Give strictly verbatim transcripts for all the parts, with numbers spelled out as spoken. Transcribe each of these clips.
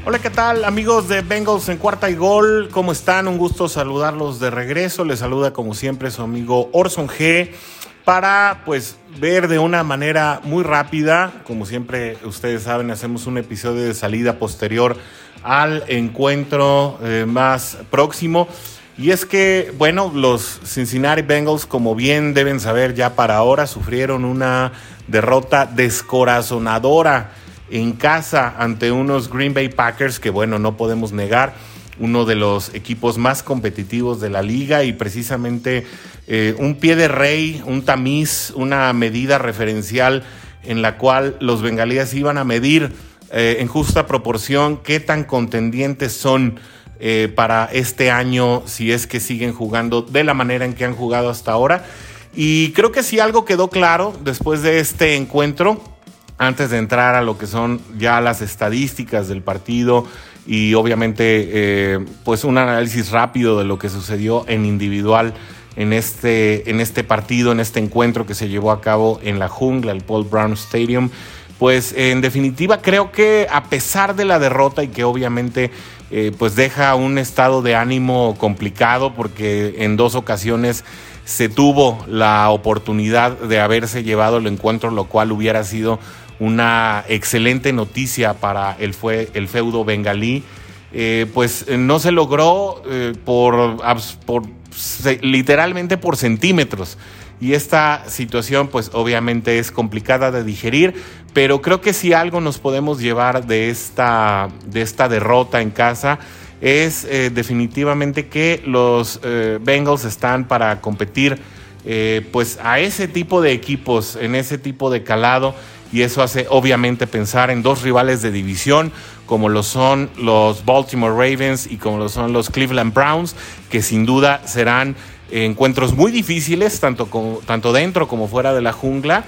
Hola, ¿qué tal, amigos de Bengals en Cuarta y Gol? ¿Cómo están? Un gusto saludarlos de regreso. Les saluda como siempre su amigo Orson G. Para pues ver de una manera muy rápida, como siempre ustedes saben, hacemos un episodio de salida posterior al encuentro eh, más próximo. Y es que, bueno, los Cincinnati Bengals, como bien deben saber ya para ahora, sufrieron una derrota descorazonadora en casa ante unos Green Bay Packers que, bueno, no podemos negar, uno de los equipos más competitivos de la liga y precisamente eh, un pie de rey, un tamiz, una medida referencial en la cual los bengalíes iban a medir eh, en justa proporción qué tan contendientes son eh, para este año si es que siguen jugando de la manera en que han jugado hasta ahora. Y creo que sí algo quedó claro después de este encuentro. Antes de entrar a lo que son ya las estadísticas del partido y obviamente eh, pues un análisis rápido de lo que sucedió en individual en este, en este partido, en este encuentro que se llevó a cabo en la jungla, el Paul Brown Stadium, pues en definitiva creo que a pesar de la derrota y que obviamente eh, pues deja un estado de ánimo complicado porque en dos ocasiones se tuvo la oportunidad de haberse llevado el encuentro, lo cual hubiera sido una excelente noticia para el, fue, el feudo bengalí, eh, pues no se logró eh, por, por se, literalmente por centímetros. Y esta situación pues obviamente es complicada de digerir, pero creo que si algo nos podemos llevar de esta, de esta derrota en casa es eh, definitivamente que los eh, Bengals están para competir eh, pues a ese tipo de equipos, en ese tipo de calado. Y eso hace obviamente pensar en dos rivales de división como lo son los Baltimore Ravens y como lo son los Cleveland Browns, que sin duda serán encuentros muy difíciles, tanto, como, tanto dentro como fuera de la jungla,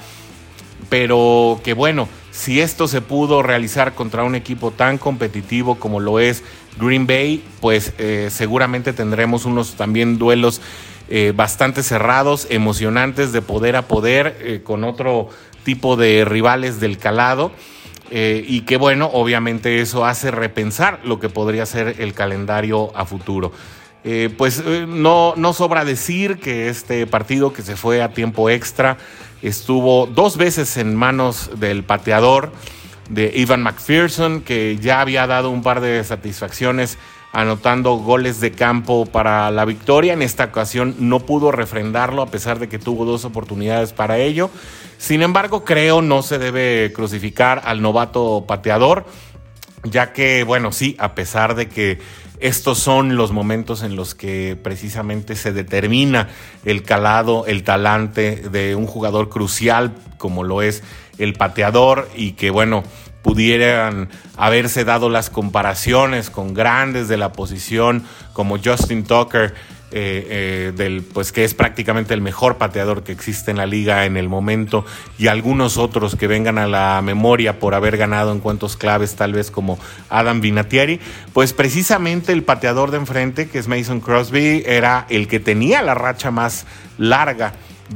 pero que bueno, si esto se pudo realizar contra un equipo tan competitivo como lo es Green Bay, pues eh, seguramente tendremos unos también duelos eh, bastante cerrados, emocionantes de poder a poder, eh, con otro tipo de rivales del calado, eh, y que bueno, obviamente eso hace repensar lo que podría ser el calendario a futuro. Eh, pues eh, no, no sobra decir que este partido que se fue a tiempo extra estuvo dos veces en manos del pateador de Evan McPherson, que ya había dado un par de satisfacciones anotando goles de campo para la victoria. En esta ocasión no pudo refrendarlo a pesar de que tuvo dos oportunidades para ello. Sin embargo, creo no se debe crucificar al novato pateador, ya que, bueno, sí, a pesar de que estos son los momentos en los que precisamente se determina el calado, el talante de un jugador crucial como lo es el pateador, y que, bueno, pudieran haberse dado las comparaciones con grandes de la posición como Justin Tucker, eh, eh, del, pues que es prácticamente el mejor pateador que existe en la liga en el momento, y algunos otros que vengan a la memoria por haber ganado encuentros claves, tal vez como Adam Vinatieri. Pues precisamente el pateador de enfrente, que es Mason Crosby, era el que tenía la racha más larga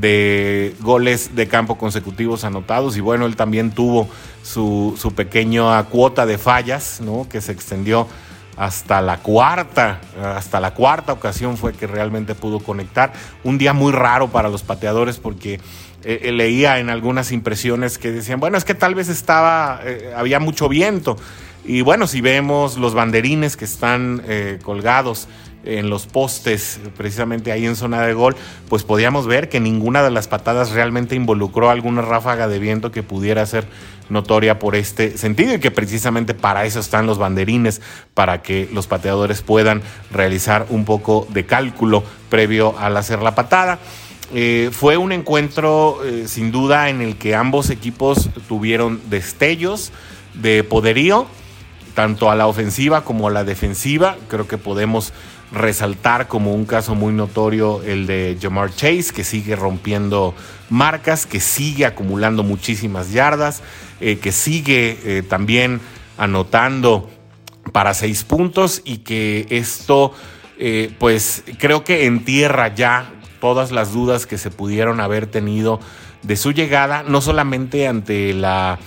de goles de campo consecutivos anotados, y bueno, él también tuvo su, su pequeña cuota de fallas, ¿no?, que se extendió hasta la cuarta, hasta la cuarta ocasión fue que realmente pudo conectar. Un día muy raro para los pateadores porque eh, leía en algunas impresiones que decían, bueno, es que tal vez estaba, eh, había mucho viento. Y bueno, si vemos los banderines que están eh, colgados en los postes, precisamente ahí en zona de gol, pues podíamos ver que ninguna de las patadas realmente involucró alguna ráfaga de viento que pudiera ser notoria por este sentido, y que precisamente para eso están los banderines, para que los pateadores puedan realizar un poco de cálculo previo al hacer la patada. Eh, fue un encuentro eh, sin duda en el que ambos equipos tuvieron destellos de poderío, tanto a la ofensiva como a la defensiva. Creo que podemos resaltar como un caso muy notorio el de Ja'Marr Chase, que sigue rompiendo marcas, que sigue acumulando muchísimas yardas, eh, que sigue eh, también anotando para seis puntos, y que esto eh, pues creo que entierra ya todas las dudas que se pudieron haber tenido de su llegada, no solamente ante la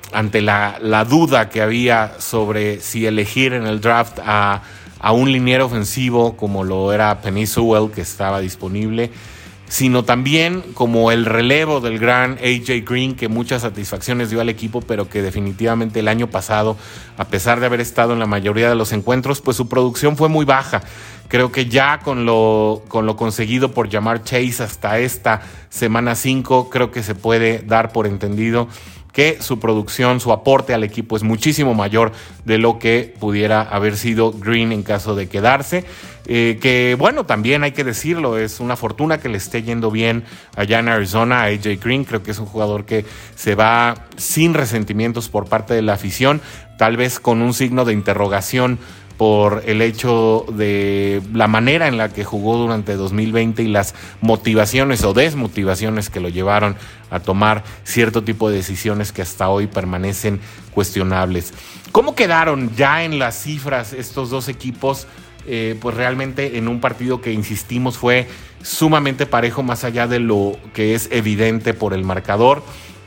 ante la, la duda que había sobre si elegir en el draft a, a un liniero ofensivo como lo era Penei Sewell, que estaba disponible, sino también como el relevo del gran A J Green, que muchas satisfacciones dio al equipo, pero que definitivamente el año pasado, a pesar de haber estado en la mayoría de los encuentros, pues su producción fue muy baja. Creo que ya con lo, con lo conseguido por Ja'Marr Chase hasta esta semana cinco, creo que se puede dar por entendido que su producción, su aporte al equipo es muchísimo mayor de lo que pudiera haber sido Green en caso de quedarse. Eh, que bueno, también hay que decirlo, es una fortuna que le esté yendo bien allá en Arizona a A J Green. Creo que es un jugador que se va sin resentimientos por parte de la afición, tal vez con un signo de interrogación por el hecho de la manera en la que jugó durante dos mil veinte y las motivaciones o desmotivaciones que lo llevaron a tomar cierto tipo de decisiones que hasta hoy permanecen cuestionables. ¿Cómo quedaron ya en las cifras estos dos equipos? Eh, pues realmente en un partido que, insistimos, fue sumamente parejo, más allá de lo que es evidente por el marcador.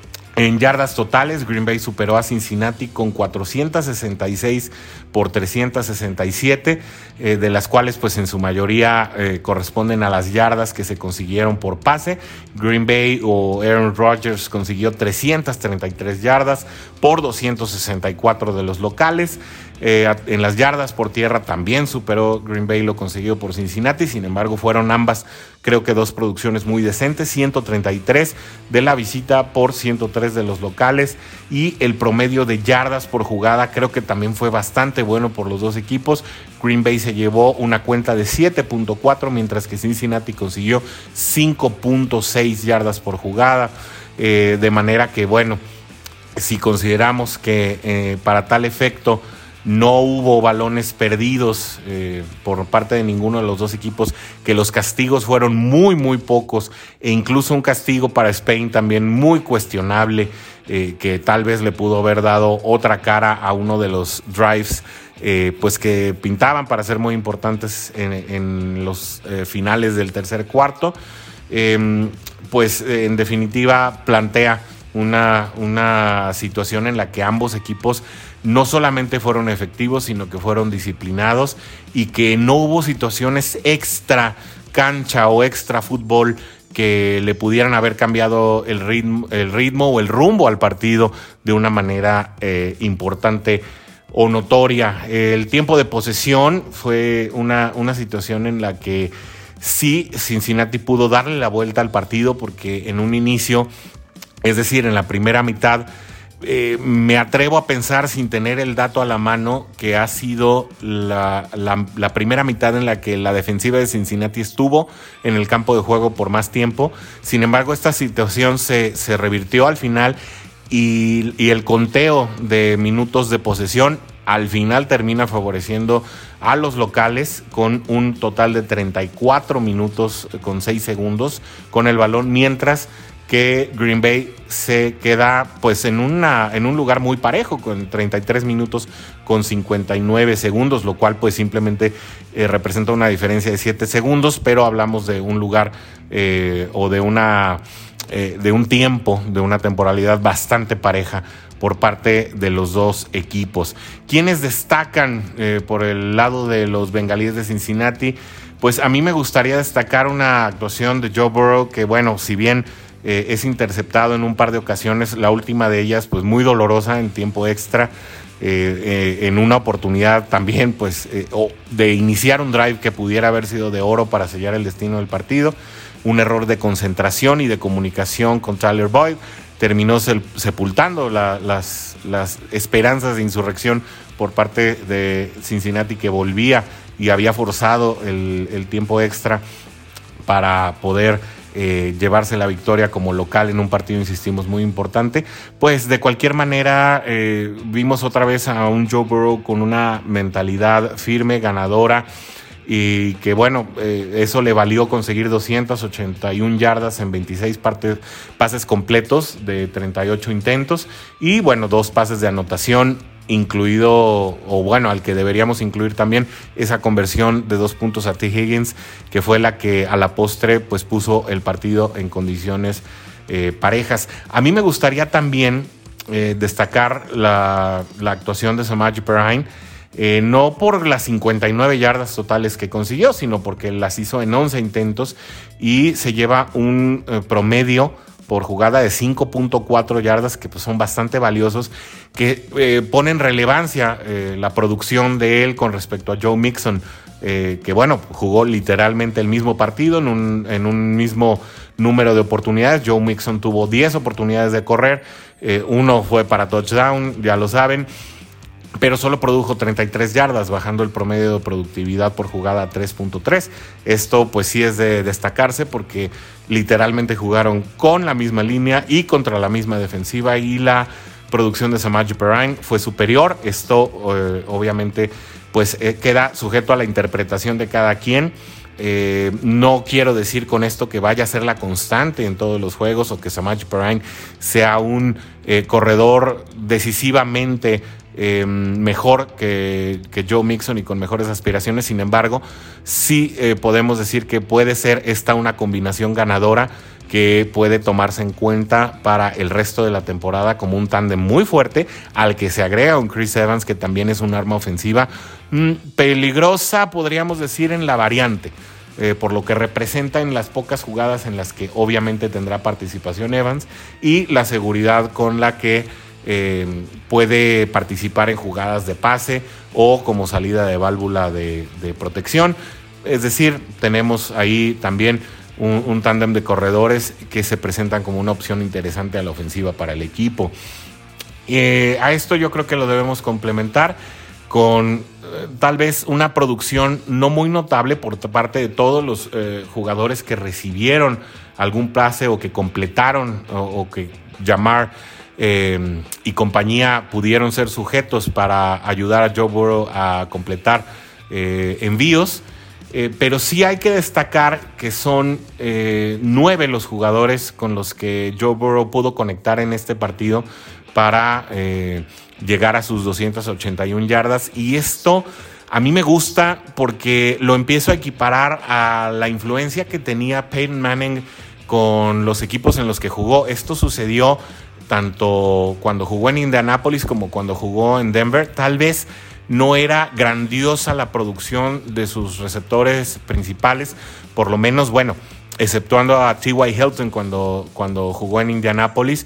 En yardas totales, Green Bay superó a Cincinnati con cuatrocientos sesenta y seis por trescientos sesenta y siete, eh, de las cuales pues en su mayoría eh, corresponden a las yardas que se consiguieron por pase. Green Bay o Aaron Rodgers consiguió trescientas treinta y tres yardas por doscientos sesenta y cuatro de los locales. Eh, en las yardas por tierra también superó Green Bay lo conseguido por Cincinnati. Sin embargo, fueron ambas, creo que dos producciones muy decentes, ciento treinta y tres de la visita por ciento tres de los locales, y el promedio de yardas por jugada creo que también fue bastante bueno por los dos equipos. Green Bay se llevó una cuenta de siete punto cuatro, mientras que Cincinnati consiguió cinco punto seis yardas por jugada, eh, de manera que bueno, si consideramos que eh, para tal efecto no hubo balones perdidos eh, por parte de ninguno de los dos equipos, que los castigos fueron muy, muy pocos, e incluso un castigo para Spain también muy cuestionable, eh, que tal vez le pudo haber dado otra cara a uno de los drives eh, pues que pintaban para ser muy importantes en, en los eh, finales del tercer cuarto. Eh, pues eh, en definitiva plantea una, una situación en la que ambos equipos no solamente fueron efectivos, sino que fueron disciplinados, y que no hubo situaciones extra cancha o extra fútbol que le pudieran haber cambiado el ritmo, el ritmo o el rumbo al partido de una manera eh, importante o notoria. El tiempo de posesión fue una, una situación en la que sí, Cincinnati pudo darle la vuelta al partido, porque en un inicio, es decir, en la primera mitad, Eh, me atrevo a pensar, sin tener el dato a la mano, que ha sido la, la, la primera mitad en la que la defensiva de Cincinnati estuvo en el campo de juego por más tiempo. Sin embargo, esta situación se, se revirtió al final, y, y el conteo de minutos de posesión al final termina favoreciendo a los locales, con un total de treinta y cuatro minutos con seis segundos con el balón, mientras que Green Bay se queda pues en, una, en un lugar muy parejo, con treinta y tres minutos con cincuenta y nueve segundos, lo cual pues simplemente eh, representa una diferencia de siete segundos, pero hablamos de un lugar eh, o de, una, eh, de un tiempo, de una temporalidad bastante pareja por parte de los dos equipos. ¿Quiénes destacan eh, por el lado de los bengalíes de Cincinnati? Pues a mí me gustaría destacar una actuación de Joe Burrow, que bueno, si bien Eh, es interceptado en un par de ocasiones, la última de ellas pues muy dolorosa en tiempo extra, eh, eh, en una oportunidad también pues eh, de iniciar un drive que pudiera haber sido de oro para sellar el destino del partido. Un error de concentración y de comunicación con Tyler Boyd terminó sepultando la, las, las esperanzas de insurrección por parte de Cincinnati, que volvía y había forzado el, el tiempo extra para poder Eh, llevarse la victoria como local en un partido, insistimos, muy importante. Pues de cualquier manera eh, vimos otra vez a un Joe Burrow con una mentalidad firme, ganadora, y que bueno, eh, eso le valió conseguir doscientas ochenta y una yardas en veintiséis partes, pases completos de treinta y ocho intentos, y bueno, dos pases de anotación, incluido, o bueno, al que deberíamos incluir también esa conversión de dos puntos a T. Higgins, que fue la que a la postre pues puso el partido en condiciones eh, parejas. A mí me gustaría también eh, destacar la, la actuación de Samaje Perine, eh, no por las cincuenta y nueve yardas totales que consiguió, sino porque las hizo en once intentos y se lleva un eh, promedio por jugada de cinco punto cuatro yardas, que pues son bastante valiosos, que eh, ponen relevancia eh, la producción de él con respecto a Joe Mixon, eh, que bueno, jugó literalmente el mismo partido en un, en un mismo número de oportunidades. Joe Mixon tuvo diez oportunidades de correr, eh, uno fue para touchdown, ya lo saben, pero solo produjo treinta y tres yardas, bajando el promedio de productividad por jugada a tres punto tres. Esto pues sí es de destacarse porque literalmente jugaron con la misma línea y contra la misma defensiva, y la producción de Samaje Perine fue superior. Esto eh, obviamente pues eh, queda sujeto a la interpretación de cada quien. Eh, no quiero decir con esto que vaya a ser la constante en todos los juegos o que Samaje Perine sea un eh, corredor decisivamente Eh, mejor que, que Joe Mixon y con mejores aspiraciones. Sin embargo, sí eh, podemos decir que puede ser esta una combinación ganadora que puede tomarse en cuenta para el resto de la temporada como un tándem muy fuerte, al que se agrega un Chris Evans, que también es un arma ofensiva mmm, peligrosa, podríamos decir, en la variante, eh, por lo que representa en las pocas jugadas en las que obviamente tendrá participación Evans, y la seguridad con la que Eh, puede participar en jugadas de pase o como salida de válvula de, de protección. Es decir, tenemos ahí también un, un tándem de corredores que se presentan como una opción interesante a la ofensiva para el equipo. Eh, a esto yo creo que lo debemos complementar con eh, tal vez una producción no muy notable por parte de todos los eh, jugadores que recibieron algún pase o que completaron o, o que llamar Eh, y compañía pudieron ser sujetos para ayudar a Joe Burrow a completar eh, envíos, eh, pero sí hay que destacar que son eh, nueve los jugadores con los que Joe Burrow pudo conectar en este partido para eh, llegar a sus doscientas ochenta y una yardas, y esto a mí me gusta porque lo empiezo a equiparar a la influencia que tenía Peyton Manning con los equipos en los que jugó. Esto sucedió tanto cuando jugó en Indianapolis como cuando jugó en Denver. Tal vez no era grandiosa la producción de sus receptores principales, por lo menos, bueno, exceptuando a T Y. Hilton cuando, cuando jugó en Indianapolis,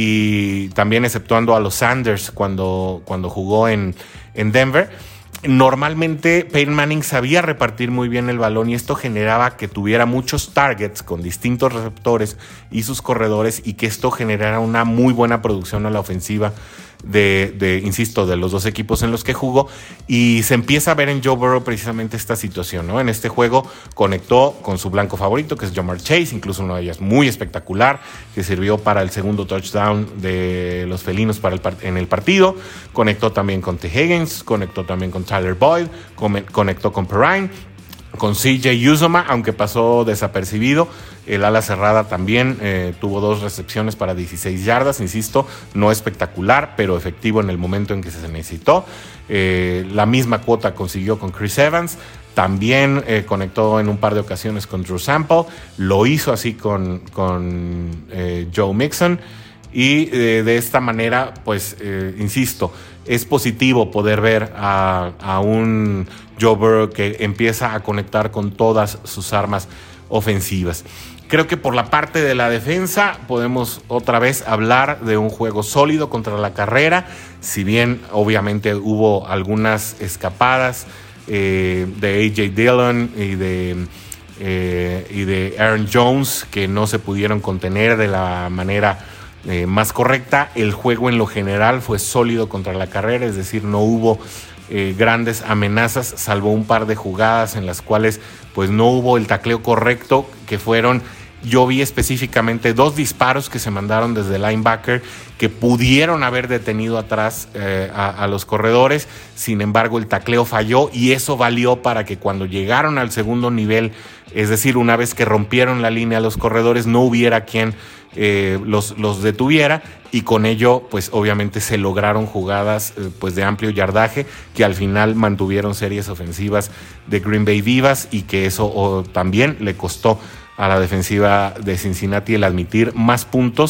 y también exceptuando a los Sanders cuando, cuando jugó en, en Denver. Normalmente Peyton Manning sabía repartir muy bien el balón, y esto generaba que tuviera muchos targets con distintos receptores y sus corredores, y que esto generara una muy buena producción a la ofensiva de, de, insisto, de los dos equipos en los que jugó. Y se empieza a ver en Joe Burrow precisamente esta situación, ¿no? En este juego conectó con su blanco favorito, que es Ja'Marr Chase, incluso una de ellas muy espectacular, que sirvió para el segundo touchdown de los felinos para el en el partido. Conectó también con T. Higgins, conectó también con Tyler Boyd, conectó con Perine, con C J Uzomah, aunque pasó desapercibido. El ala cerrada también eh, tuvo dos recepciones para dieciséis yardas, insisto, no espectacular, pero efectivo en el momento en que se necesitó. Eh, la misma cuota consiguió con Chris Evans, también eh, conectó en un par de ocasiones con Drew Sample, lo hizo así con, con eh, Joe Mixon, y eh, de esta manera, pues, eh, insisto, es positivo poder ver a, a un Joe Burrow que empieza a conectar con todas sus armas ofensivas. Creo que por la parte de la defensa podemos otra vez hablar de un juego sólido contra la carrera, si bien obviamente hubo algunas escapadas eh, de A J Dillon y de, eh, y de Aaron Jones que no se pudieron contener de la manera eh, más correcta. El juego en lo general fue sólido contra la carrera, es decir, no hubo Eh, grandes amenazas, salvo un par de jugadas en las cuales pues no hubo el tacleo correcto, que fueron, yo vi específicamente dos disparos que se mandaron desde el linebacker que pudieron haber detenido atrás eh, a, a los corredores. Sin embargo, el tacleo falló, y eso valió para que cuando llegaron al segundo nivel, es decir, una vez que rompieron la línea los corredores, no hubiera quien eh, los, los detuviera, y con ello pues obviamente se lograron jugadas eh, pues de amplio yardaje que al final mantuvieron series ofensivas de Green Bay vivas, y que eso oh, también le costó a la defensiva de Cincinnati el admitir más puntos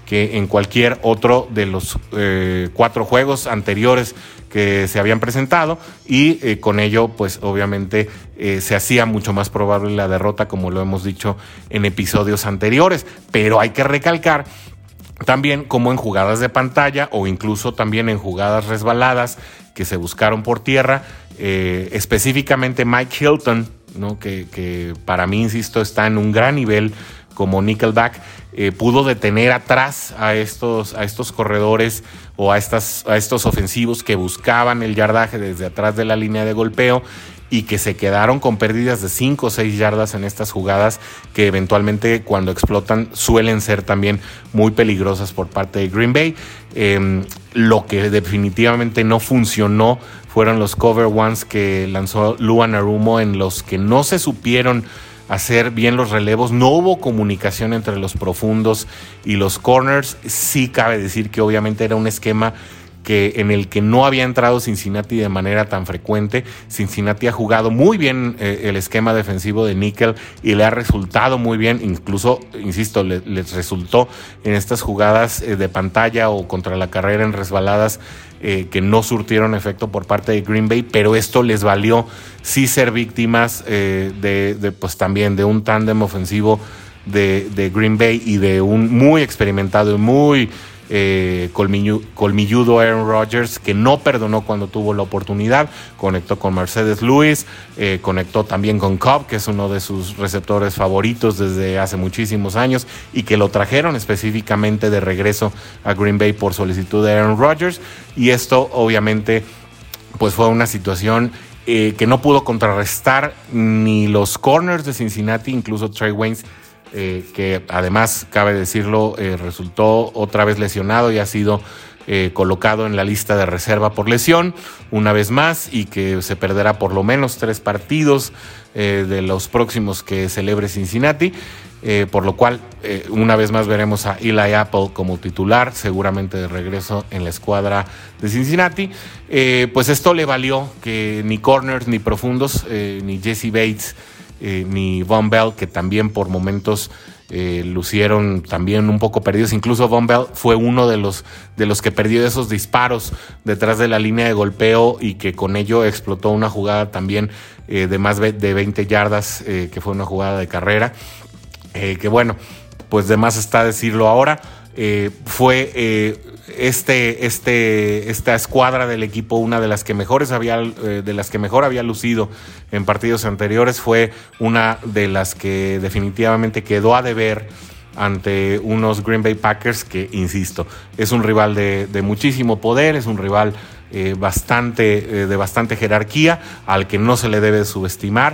que en cualquier otro de los eh, cuatro juegos anteriores que se habían presentado, y eh, con ello pues obviamente eh, se hacía mucho más probable la derrota, como lo hemos dicho en episodios anteriores. Pero hay que recalcar también como en jugadas de pantalla o incluso también en jugadas resbaladas que se buscaron por tierra, eh, específicamente Mike Hilton, ¿no? que, que para mí, insisto, está en un gran nivel como Nickelback, eh, pudo detener atrás a estos, a estos corredores o a, estas, a estos ofensivos que buscaban el yardaje desde atrás de la línea de golpeo y que se quedaron con pérdidas de cinco o seis yardas en estas jugadas que eventualmente cuando explotan suelen ser también muy peligrosas por parte de Green Bay. Eh, lo que definitivamente no funcionó fueron los cover ones que lanzó Lou Anarumo, en los que no se supieron hacer bien los relevos, no hubo comunicación entre los profundos y los corners. Sí cabe decir que obviamente era un esquema que, en el que no había entrado Cincinnati de manera tan frecuente. Cincinnati ha jugado muy bien eh, el esquema defensivo de níquel y le ha resultado muy bien, incluso, insisto, le, les resultó en estas jugadas eh, de pantalla o contra la carrera en resbaladas eh, que no surtieron efecto por parte de Green Bay, pero esto les valió sí ser víctimas eh, de, de pues también de un tándem ofensivo de, de Green Bay y de un muy experimentado y muy Eh, colmillu, colmilludo Aaron Rodgers, que no perdonó cuando tuvo la oportunidad. Conectó con Mercedes Lewis, eh, conectó también con Cobb, que es uno de sus receptores favoritos desde hace muchísimos años y que lo trajeron específicamente de regreso a Green Bay por solicitud de Aaron Rodgers. Y esto obviamente pues fue una situación eh, que no pudo contrarrestar ni los corners de Cincinnati, incluso Trey Waynes, Eh, que además, cabe decirlo, eh, resultó otra vez lesionado y ha sido eh, colocado en la lista de reserva por lesión una vez más, y que se perderá por lo menos tres partidos eh, de los próximos que celebre Cincinnati, eh, por lo cual eh, una vez más veremos a Eli Apple como titular, seguramente de regreso en la escuadra de Cincinnati. Eh, pues esto le valió que ni corners ni profundos, eh, ni Jesse Bates, Eh, ni Von Bell, que también por momentos eh, lucieron también un poco perdidos. Incluso Von Bell fue uno de los, de los que perdió esos disparos detrás de la línea de golpeo y que con ello explotó una jugada también eh, de más de veinte yardas, eh, que fue una jugada de carrera. Eh, que bueno, pues de más está decirlo ahora. Eh, fue eh, este, este, esta escuadra del equipo una de las que mejores había, eh, de las que mejor había lucido en partidos anteriores. Fue una de las que definitivamente quedó a deber ante unos Green Bay Packers que, insisto, es un rival de, de muchísimo poder, es un rival eh, bastante, eh, de bastante jerarquía, al que no se le debe subestimar.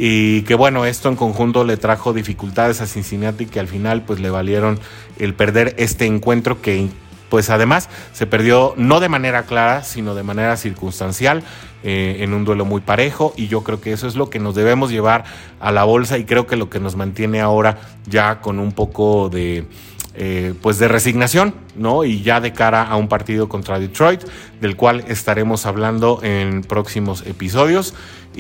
Y que bueno, esto en conjunto le trajo dificultades a Cincinnati, que al final pues le valieron el perder este encuentro, que pues además se perdió no de manera clara, sino de manera circunstancial, eh, en un duelo muy parejo. Y yo creo que eso es lo que nos debemos llevar a la bolsa, y creo que lo que nos mantiene ahora ya con un poco de Eh, pues de resignación, ¿no? Y ya de cara a un partido contra Detroit, del cual estaremos hablando en próximos episodios,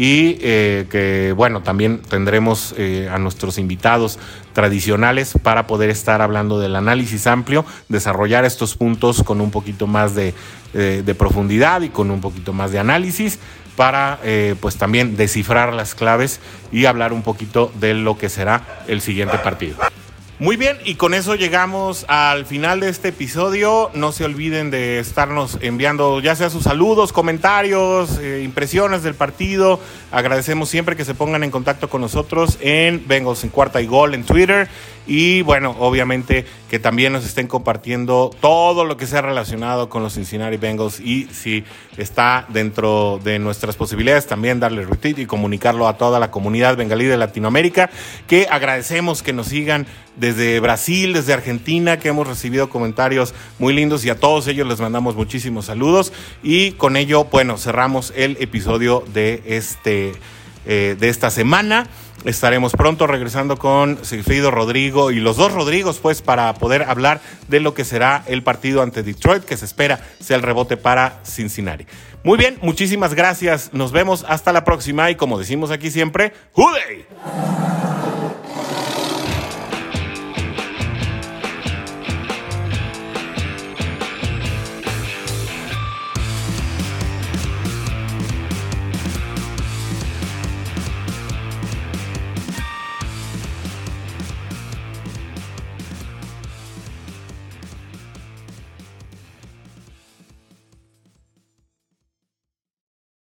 y eh, que bueno, también tendremos eh, a nuestros invitados tradicionales para poder estar hablando del análisis amplio, desarrollar estos puntos con un poquito más de, de, de profundidad y con un poquito más de análisis, para eh, pues también descifrar las claves y hablar un poquito de lo que será el siguiente partido. Muy bien, y con eso llegamos al final de este episodio. No se olviden de estarnos enviando ya sea sus saludos, comentarios, eh, impresiones del partido. Agradecemos siempre que se pongan en contacto con nosotros en Bengals en Cuarta y Gol en Twitter. Y bueno, obviamente que también nos estén compartiendo todo lo que sea relacionado con los Cincinnati Bengals, y si está dentro de nuestras posibilidades también darle retweet y comunicarlo a toda la comunidad bengalí de Latinoamérica, que agradecemos que nos sigan desde Brasil, desde Argentina, que hemos recibido comentarios muy lindos, y a todos ellos les mandamos muchísimos saludos. Y con ello, bueno, cerramos el episodio de este eh, de esta semana. Estaremos pronto regresando con Sigfrido Rodrigo y los dos Rodrigos, pues, para poder hablar de lo que será el partido ante Detroit, que se espera sea el rebote para Cincinnati. Muy bien, muchísimas gracias. Nos vemos hasta la próxima, y como decimos aquí siempre, ¡Hooday!